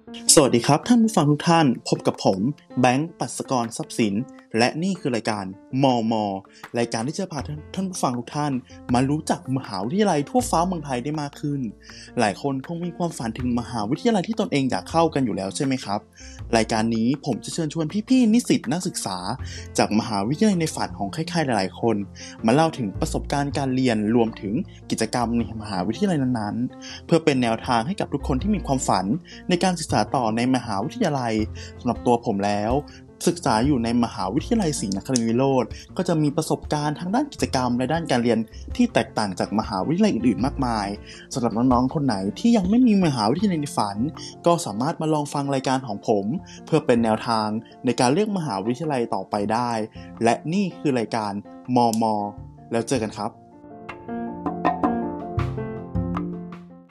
สวัสดีครับท่านผู้ฟังทุกท่านพบกับผมแบงค์ปัสกรทรัพย์สินและนี่คือรายการมรายการที่จะพาท่านผู้ฟังทุกท่านมารู้จักมหาวิทยาลัยทั่วฟ้าเมืองไทยได้มากขึ้นหลายคนคงมีความฝันถึงมหาวิทยาลัยที่ตนเองอยากเข้ากันอยู่แล้วใช่ไหมครับรายการนี้ผมจะเชิญชวนพี่ๆนิสิตนักศึกษาจากมหาวิทยาลัยในฝันของใครๆหลายๆคนมาเล่าถึงประสบการณ์การเรียนรวมถึงกิจกรรมในมหาวิทยาลัยนั้นๆเพื่อเป็นแนวทางให้กับทุกคนที่มีความฝันในการศึกษาต่อในมหาวิทยาลัยสำหรับตัวผมแล้วศึกษาอยู่ในมหาวิทยาลัยศรีนครินทร์วิโรจน์ก็จะมีประสบการณ์ทางด้านกิจกรรมและด้านการเรียนที่แตกต่างจากมหาวิทยาลัยอื่นๆมากมายสำหรับน้องๆคนไหนที่ยังไม่มีมหาวิทยาลัยในฝันก็สามารถมาลองฟังรายการของผมเพื่อเป็นแนวทางในการเลือกมหาวิทยาลัยต่อไปได้และนี่คือรายการมแล้วเจอกันครับ